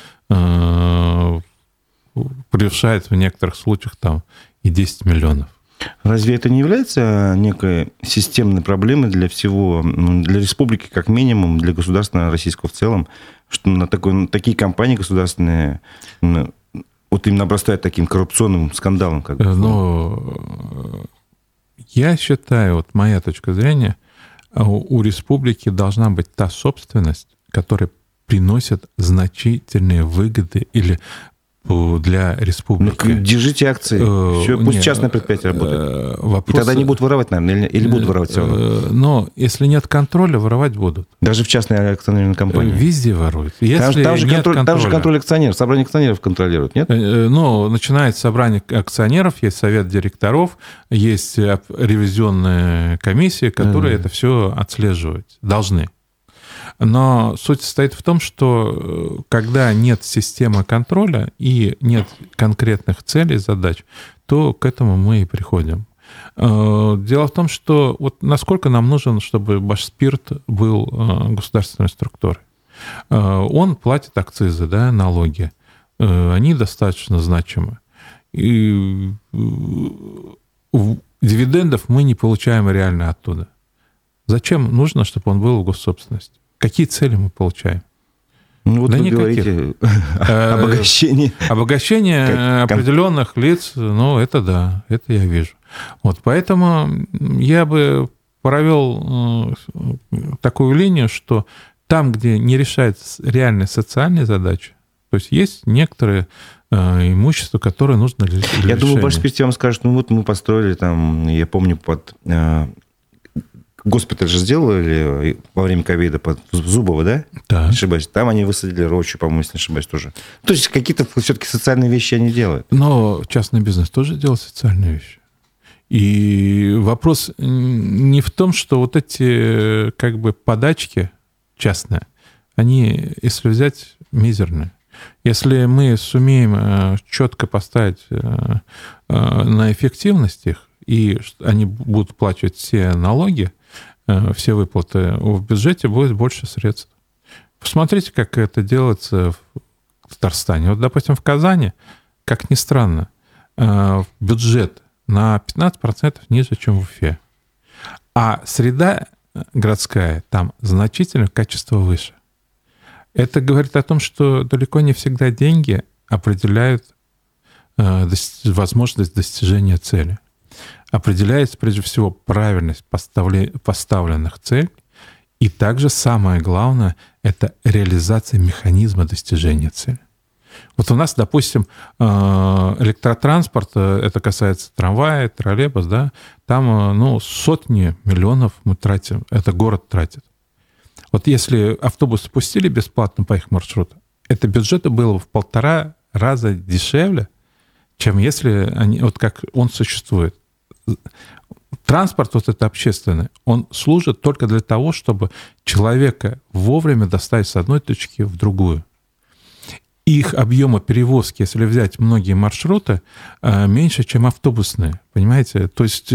превышает в некоторых случаях там и десять миллионов. Разве это не является некой системной проблемой для всего, для республики как минимум, для государства российского в целом, что на, такой, на такие компании государственные вот именно обрастают таким коррупционным скандалом? Как бы. Но я считаю, вот моя точка зрения, у, у республики должна быть та собственность, которая приносит значительные выгоды или для республики. Ну, держите акции. Все, пусть нет, частное предприятие работает. Вопрос... И тогда не будут воровать, наверное, или, или будут воровать все равно? Но если нет контроля, воровать будут. Даже в частной акционерной компании? Везде воруют. Если там, там, же нет контроль, контроля, там же контроль акционеров, собрание акционеров контролирует, нет? Ну, начинается собрание акционеров, есть совет директоров, есть ревизионная комиссия, которые mm-hmm. это все отслеживают. Должны. Но суть состоит в том, что когда нет системы контроля и нет конкретных целей, задач, то к этому мы и приходим. Дело в том, что вот насколько нам нужен, чтобы Башспирт был государственной структурой. Он платит акцизы, да, налоги. Они достаточно значимы. И дивидендов мы не получаем реально оттуда. Зачем нужно, чтобы он был в госсобственности? Какие цели мы получаем? Ну, вот да вы никаких. Говорите обогащение. Обогащение определенных лиц, ну, это да, это я вижу. Вот, поэтому я бы провел такую линию, что там, где не решаются реальные социальные задачи, то есть есть некоторые имущества, которые нужно для решения. Я думаю, Башспирт вам скажет, ну вот мы построили там, я помню, под... Госпиталь же сделали во время ковида под Зубово, да? Да. Не ошибаюсь. Там они высадили рощу, по-моему, если не ошибаюсь, тоже. То есть какие-то все-таки социальные вещи они делают. Но частный бизнес тоже делает социальные вещи. И вопрос не в том, что вот эти как бы подачки частные, они, если взять, мизерные. Если мы сумеем четко поставить на эффективность их, и они будут платить все налоги, все выплаты, в бюджете будет больше средств. Посмотрите, как это делается в Татарстане. Вот, допустим, в Казани, как ни странно, бюджет на пятнадцать процентов ниже, чем в Уфе. А среда городская там значительно качество выше. Это говорит о том, что далеко не всегда деньги определяют возможность достижения цели. Определяется, прежде всего, правильность поставленных целей, и также самое главное — это реализация механизма достижения цели. Вот у нас, допустим, электротранспорт, это касается трамвая, троллейбус, да, там ну, сотни миллионов мы тратим, это город тратит. Вот если автобусы пустили бесплатно по их маршруту, это бюджету было в полтора раза дешевле, чем если они, вот как он существует. Транспорт вот это общественный, он служит только для того, чтобы человека вовремя доставить с одной точки в другую. Их объема перевозки, если взять многие маршруты, меньше, чем автобусные, понимаете? То есть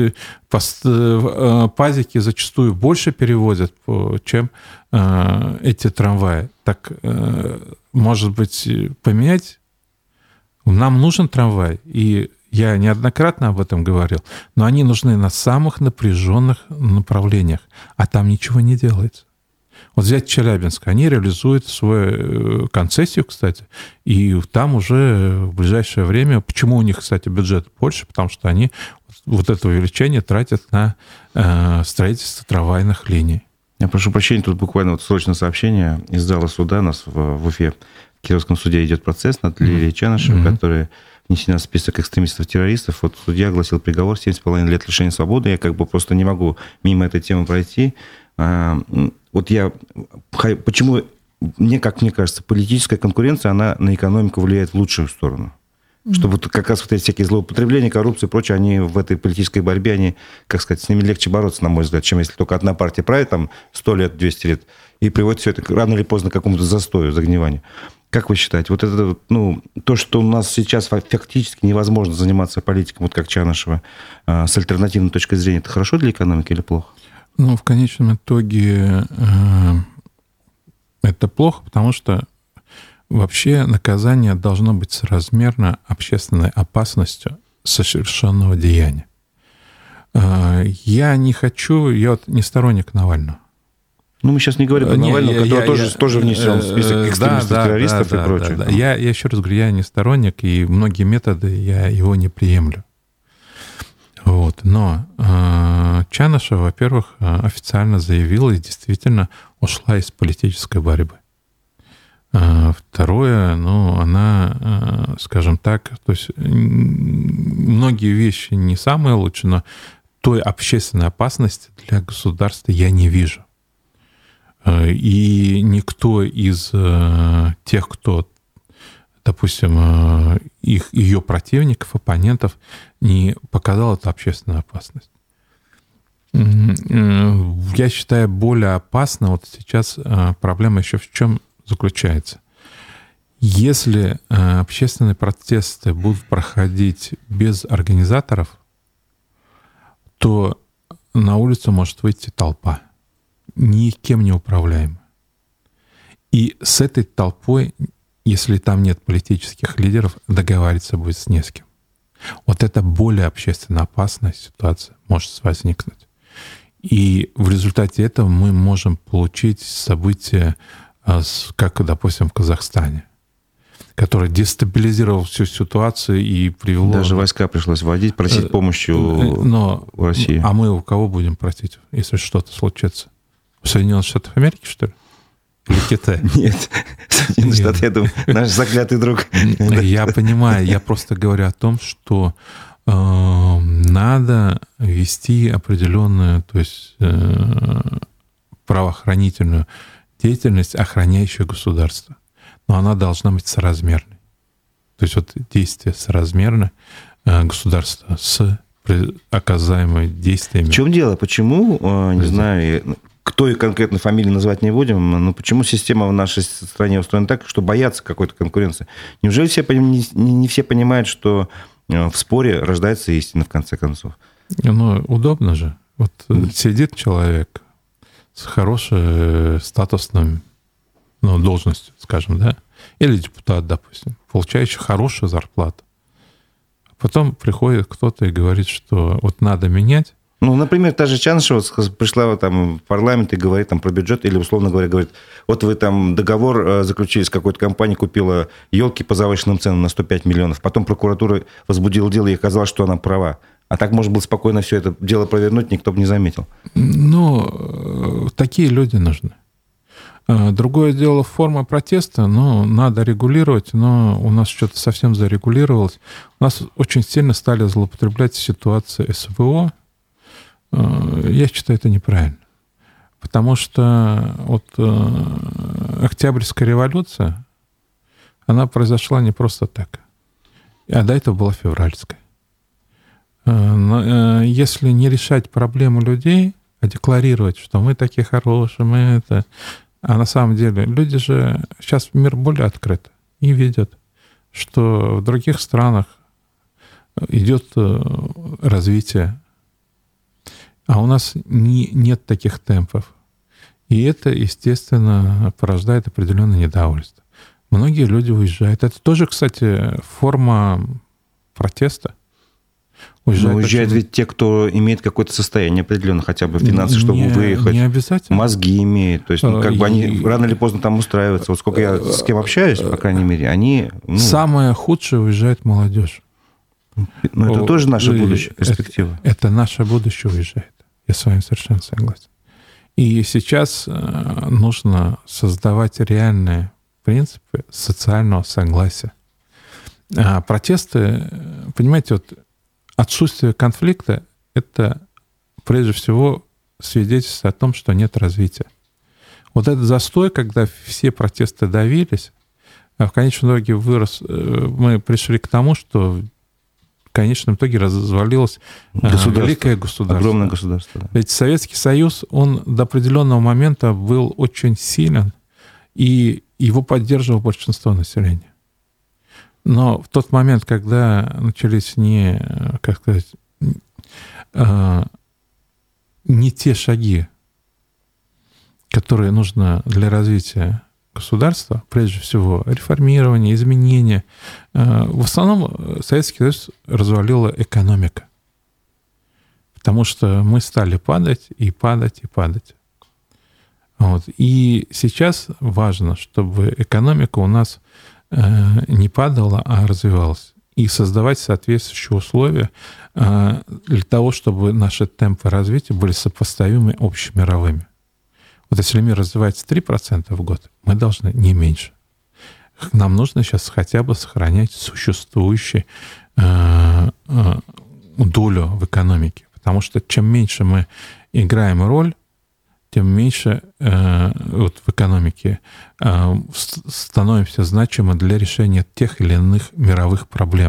пазики зачастую больше перевозят, чем эти трамваи. Так, может быть, поменять? Нам нужен трамвай, и я неоднократно об этом говорил, но они нужны на самых напряженных направлениях, а там ничего не делается. Вот взять Челябинск, они реализуют свою концессию, кстати, и там уже в ближайшее время, почему у них, кстати, бюджет больше, потому что они вот это увеличение тратят на э, строительство трамвайных линий. Я прошу прощения, тут буквально вот срочное сообщение из зала суда. У нас в, в Уфе, в Кировском суде идет процесс над Лилией Чанышевой, mm-hmm. которая внесена в список экстремистов-террористов. Вот судья огласил приговор семь с половиной лет лишения свободы. Я как бы просто не могу мимо этой темы пройти. Вот я... Почему, мне, как мне кажется, политическая конкуренция, она на экономику влияет в лучшую сторону. Mm-hmm. Что вот как раз вот эти всякие злоупотребления, коррупция и прочее, они в этой политической борьбе, они, как сказать, с ними легче бороться, на мой взгляд, чем если только одна партия правит там сто лет, двести лет, и приводит все это рано или поздно к какому-то застою, загниванию. Как вы считаете, вот это, ну, то, что у нас сейчас фактически невозможно заниматься политикой, вот как Чанышева, с альтернативной точки зрения, это хорошо для экономики или плохо? Ну, в конечном итоге э, это плохо, потому что вообще наказание должно быть соразмерно общественной опасностью совершенного деяния. Э, я не хочу, я вот не сторонник Навального. Ну, мы сейчас не говорим про Навального, я, который я, тоже, я, тоже внесен в список экстремистов, да, террористов да, да, и прочее. Да, да. Я, я еще раз говорю, я не сторонник, и многие методы я его не приемлю. Вот. Но э, Чанышева, во-первых, официально заявила и действительно ушла из политической борьбы. Э, второе, ну, она, э, скажем так, то есть многие вещи не самые лучшие, но той общественной опасности для государства я не вижу. Э, и никто из э, тех, кто, допустим, их, ее противников, оппонентов, не показал эту общественную опасность. Я считаю, более опасно вот сейчас проблема еще в чем заключается. Если общественные протесты будут проходить без организаторов, то на улицу может выйти толпа, никем не управляемая. И с этой толпой, если там нет политических лидеров, договариваться будет с не с кем. Вот это более общественно опасная ситуация может возникнуть. И в результате этого мы можем получить события, как, допустим, в Казахстане, которое дестабилизировало всю ситуацию и привело... Даже войска пришлось вводить, просить помощи у Но, России. А мы у кого будем просить, если что-то случится? У Соединенных Штатов Америки, что ли? Или Китай? Нет, Соединенные Штаты, я думаю, наш заклятый друг. Я понимаю, я просто говорю о том, что э, надо вести определенную, то есть э, правоохранительную деятельность, охраняющую государство. Но она должна быть соразмерной. То есть вот действие соразмерно э, государства с оказаемыми действиями. В чем дело? Почему, не знаю... той конкретной фамилии называть не будем, но почему система в нашей стране устроена так, что боятся какой-то конкуренции? Неужели все, не, не все понимают, что в споре рождается истина, в конце концов? Ну, удобно же. Вот mm. сидит человек с хорошей статусной, ну, должностью, скажем, да, или депутат, допустим, получающий хорошую зарплату. Потом приходит кто-то и говорит, что вот надо менять. Ну, например, та же Чанышева пришла там, в парламент и говорит там, про бюджет, или, условно говоря, говорит, вот вы там договор заключили с какой-то компанией, купила елки по завышенным ценам на сто пять миллионов, потом прокуратура возбудила дело, и оказалось, что она права. А так можно было спокойно все это дело провернуть, никто бы не заметил. Ну, такие люди нужны. Другое дело форма протеста, ну, надо регулировать, но у нас что-то совсем зарегулировалось. У нас очень сильно стали злоупотреблять ситуацией СВО. Я считаю, это неправильно. Потому что вот Октябрьская революция, она произошла не просто так. А до этого была февральская. Если не решать проблему людей, а декларировать, что мы такие хорошие, мы это... А на самом деле люди же... Сейчас мир более открыт и видят, что в других странах идет развитие, а у нас не, нет таких темпов. И это, естественно, порождает определенное недовольство. Многие люди уезжают. Это тоже, кстати, форма протеста. Уезжают, Но уезжают очень... ведь те, кто имеет какое-то состояние определенно, хотя бы финансовое, чтобы не, выехать. Не обязательно. Мозги имеют. То есть, ну, как и... бы они рано или поздно там устраиваются. Вот сколько я с кем общаюсь, по крайней мере, они... Ну... Самое худшее уезжает молодежь. Но это О, тоже наша будущая перспектива. Это, это наше будущее уезжает. Я с вами совершенно согласен. И сейчас нужно создавать реальные принципы социального согласия. А протесты, понимаете, вот отсутствие конфликта — это прежде всего свидетельство о том, что нет развития. Вот этот застой, когда все протесты давились, в конечном итоге вырос, мы пришли к тому, что в конечном итоге развалилось государство, великое государство. Огромное государство. Да. Ведь Советский Союз, он до определенного момента был очень силен, и его поддерживало большинство населения. Но в тот момент, когда начались не, как сказать, не те шаги, которые нужно для развития государства, прежде всего реформирование, изменения, в основном Советский Союз развалила экономика. Потому что мы стали падать и падать и падать. Вот. И сейчас важно, чтобы экономика у нас не падала, а развивалась. И создавать соответствующие условия для того, чтобы наши темпы развития были сопоставимы общемировыми. Вот если мир развивается три процента в год, мы должны не меньше. Нам нужно сейчас хотя бы сохранять существующую долю в экономике. Потому что чем меньше мы играем роль, тем меньше э, вот в экономике э, становимся значимы для решения тех или иных мировых проблем.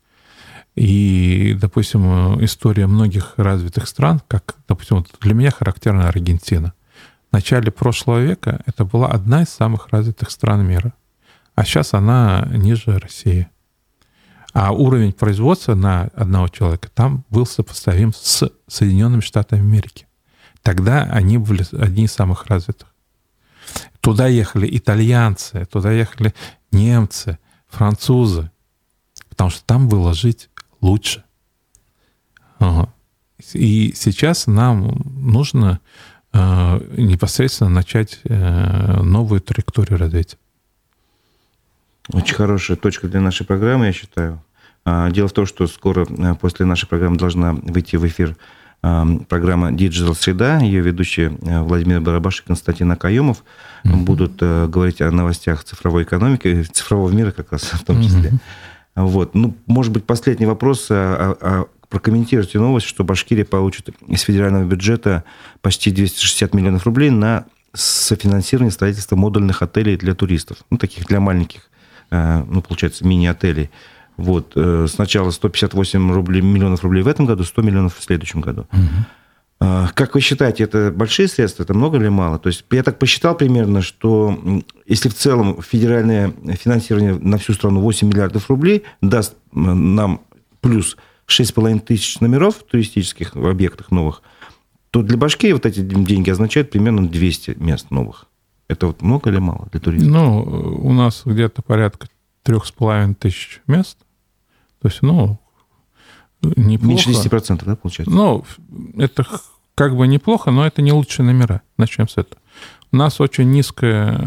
И, допустим, история многих развитых стран, как, допустим, вот для меня характерна Аргентина. В начале прошлого века это была одна из самых развитых стран мира, а сейчас она ниже России. А уровень производства на одного человека там был сопоставим с Соединенными Штатами Америки. Тогда они были одни из самых развитых. Туда ехали итальянцы, туда ехали немцы, французы, потому что там было жить лучше. Ага. И сейчас нам нужно э, непосредственно начать э, новую траекторию развития. Очень хорошая точка для нашей программы, я считаю. Дело в том, что скоро после нашей программы должна выйти в эфир программа «Digital Среда». Ее ведущие Владимир Барабаш и Константин Акаемов mm-hmm. будут говорить о новостях цифровой экономики, цифрового мира как раз в том числе. Mm-hmm. Вот. Ну, может быть, последний вопрос. А, а, прокомментируйте новость, что Башкирия получит из федерального бюджета почти двести шестьдесят миллионов рублей на софинансирование строительства модульных отелей для туристов. Ну, таких для маленьких, ну, получается, мини-отелей. Вот. Сначала сто пятьдесят восемь рублей, миллионов рублей в этом году, сто миллионов в следующем году. Угу. Как вы считаете, это большие средства, это много или мало? То есть я так посчитал примерно, что если в целом федеральное финансирование на всю страну восемь миллиардов рублей даст нам плюс шесть с половиной тысяч номеров в туристических объектах новых, то для Башкирии вот эти деньги означают примерно двести мест новых. Это вот много или мало для туристов? Ну, у нас где-то порядка трех с половиной тысяч мест. То есть, ну, неплохо. Меньше десять процентов, да, получается? Ну, это как бы неплохо, но это не лучшие номера. Начнем с этого. У нас очень низкая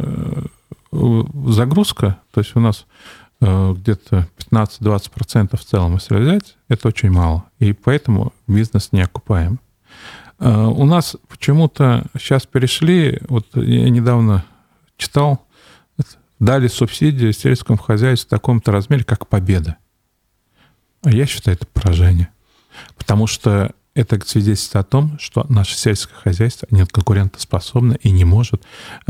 загрузка, то есть у нас где-то пятнадцать-двадцать процентов в целом, если взять, это очень мало. И поэтому бизнес не окупаем. У нас почему-то сейчас перешли, вот я недавно читал, дали субсидии сельскому хозяйству в таком-то размере, как Победа. А я считаю, это поражение. Потому что это свидетельствует о том, что наше сельское хозяйство не конкурентоспособно и не может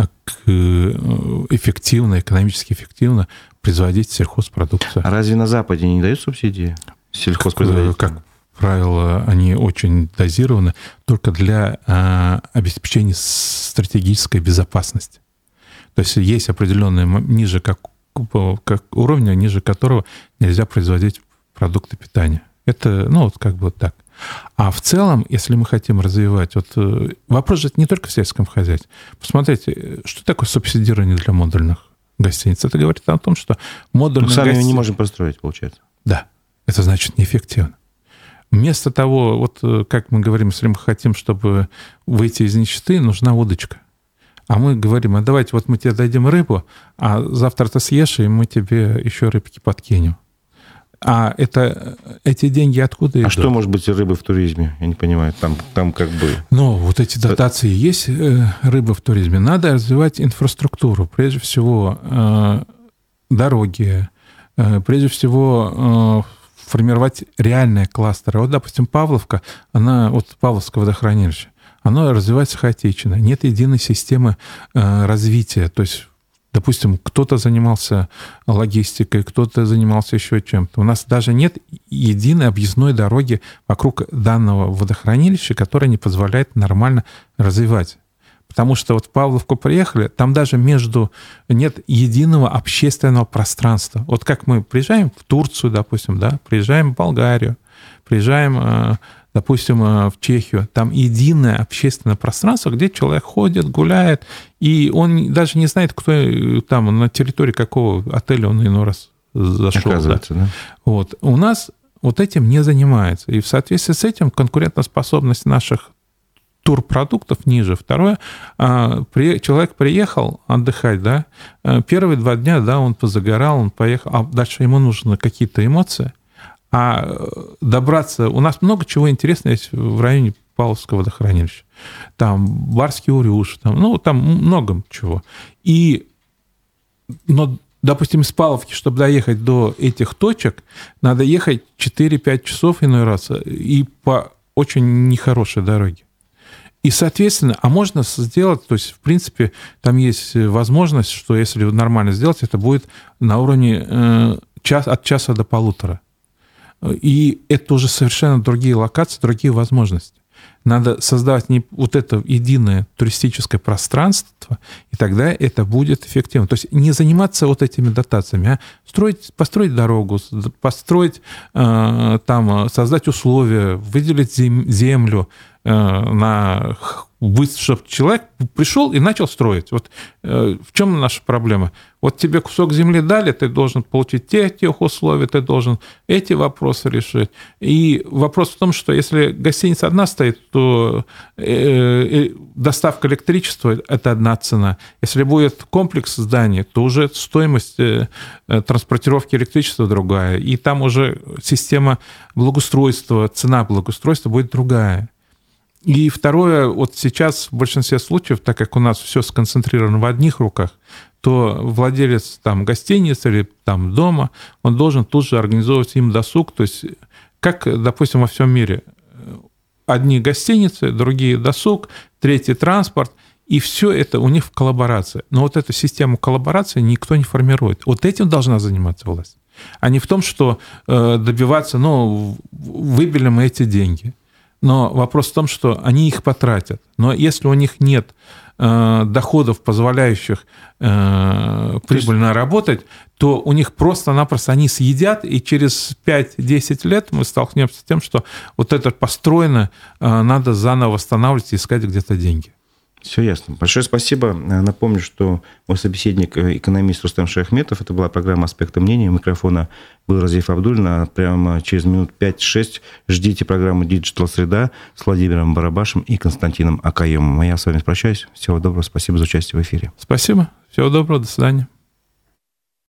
эффективно, экономически эффективно производить сельхозпродукцию. А разве на Западе не дают субсидии сельхозпроизводителям? Как, как правило, они очень дозированы только для а, обеспечения стратегической безопасности. То есть есть определенные ниже как, как уровня, ниже которого нельзя производить продукты питания. Это, ну, вот как бы вот так. А в целом, если мы хотим развивать... Вот, вопрос же не только в сельском хозяйстве. Посмотрите, что такое субсидирование для модульных гостиниц? Это говорит о том, что модульные гостиницы... Сами гостиницы... не можем построить, получается. Да. Это значит неэффективно. Вместо того, вот как мы говорим, если мы хотим, чтобы выйти из нищеты, нужна удочка. А мы говорим, а давайте вот мы тебе дадим рыбу, а завтра ты съешь, и мы тебе еще рыбки подкинем. А это, эти деньги откуда идут? А что может быть рыбы в туризме? Я не понимаю. Там, там как бы... Ну, вот эти дотации есть, рыбы в туризме. Надо развивать инфраструктуру. Прежде всего, дороги. Прежде всего, формировать реальные кластеры. Вот, допустим, Павловка, она, вот Павловское водохранилище, оно развивается хаотично. Нет единой системы развития. То есть, допустим, кто-то занимался логистикой, кто-то занимался еще чем-то. У нас даже нет единой объездной дороги вокруг данного водохранилища, которая не позволяет нормально развивать. Потому что вот в Павловку приехали, там даже между нет единого общественного пространства. Вот как мы приезжаем в Турцию, допустим, да, приезжаем в Болгарию, приезжаем, допустим, в Чехию, там единое общественное пространство, где человек ходит, гуляет, и он даже не знает, кто там, на территории какого отеля он иной раз зашел. Оказывается, да. Да? Вот. У нас вот этим не занимается. И в соответствии с этим конкурентоспособность наших турпродуктов ниже. Второе, человек приехал отдыхать, да, первые два дня, да, он позагорал, он поехал, а дальше ему нужны какие-то эмоции. А добраться... У нас много чего интересного есть в районе Павловского водохранилища. Там Барский Урюш, там, ну, там много чего. И, но, допустим, из Павловки, чтобы доехать до этих точек, надо ехать четыре-пять часов иной раз и по очень нехорошей дороге. И, соответственно, а можно сделать, то есть, в принципе, там есть возможность, что если нормально сделать, это будет на уровне э, час, от часа до полутора. И это уже совершенно другие локации, другие возможности. Надо создавать не вот это единое туристическое пространство, и тогда это будет эффективно. То есть не заниматься вот этими дотациями, а строить, построить дорогу, построить, э, там, создать условия, выделить землю, на... чтобы человек пришел и начал строить. Вот э, в чем наша проблема? Вот тебе кусок земли дали, ты должен получить те, тех условия, ты должен эти вопросы решить. И вопрос в том, что если гостиница одна стоит, то э, э, доставка электричества – это одна цена. Если будет комплекс зданий, то уже стоимость э, транспортировки электричества другая. И там уже система благоустройства, цена благоустройства будет другая. И второе, вот сейчас в большинстве случаев, так как у нас все сконцентрировано в одних руках, то владелец там гостиницы или там дома, он должен тут же организовывать им досуг. То есть, как, допустим, во всем мире, одни гостиницы, другие досуг, третий транспорт, и все это у них в коллаборации. Но вот эту систему коллаборации никто не формирует. Вот этим должна заниматься власть. А не в том, что добиваться, ну, выбили мы эти деньги. Но вопрос в том, что они их потратят. Но если у них нет э, доходов, позволяющих э, прибыльно есть... работать, то у них просто-напросто они съедят, и через пять-десять лет мы столкнемся с тем, что вот это построено, э, надо заново восстанавливать и искать где-то деньги. Все ясно. Большое спасибо. Напомню, что мой собеседник, экономист Рустем Шаяхметов. Это была программа «Аспекты мнения». У микрофона был Разиф Абдуллин. Прямо через минут пять-шесть ждите программу «Диджитал Среда» с Владимиром Барабашем и Константином Акаемом. Я с вами прощаюсь. Всего доброго. Спасибо за участие в эфире. Спасибо. Всего доброго. До свидания.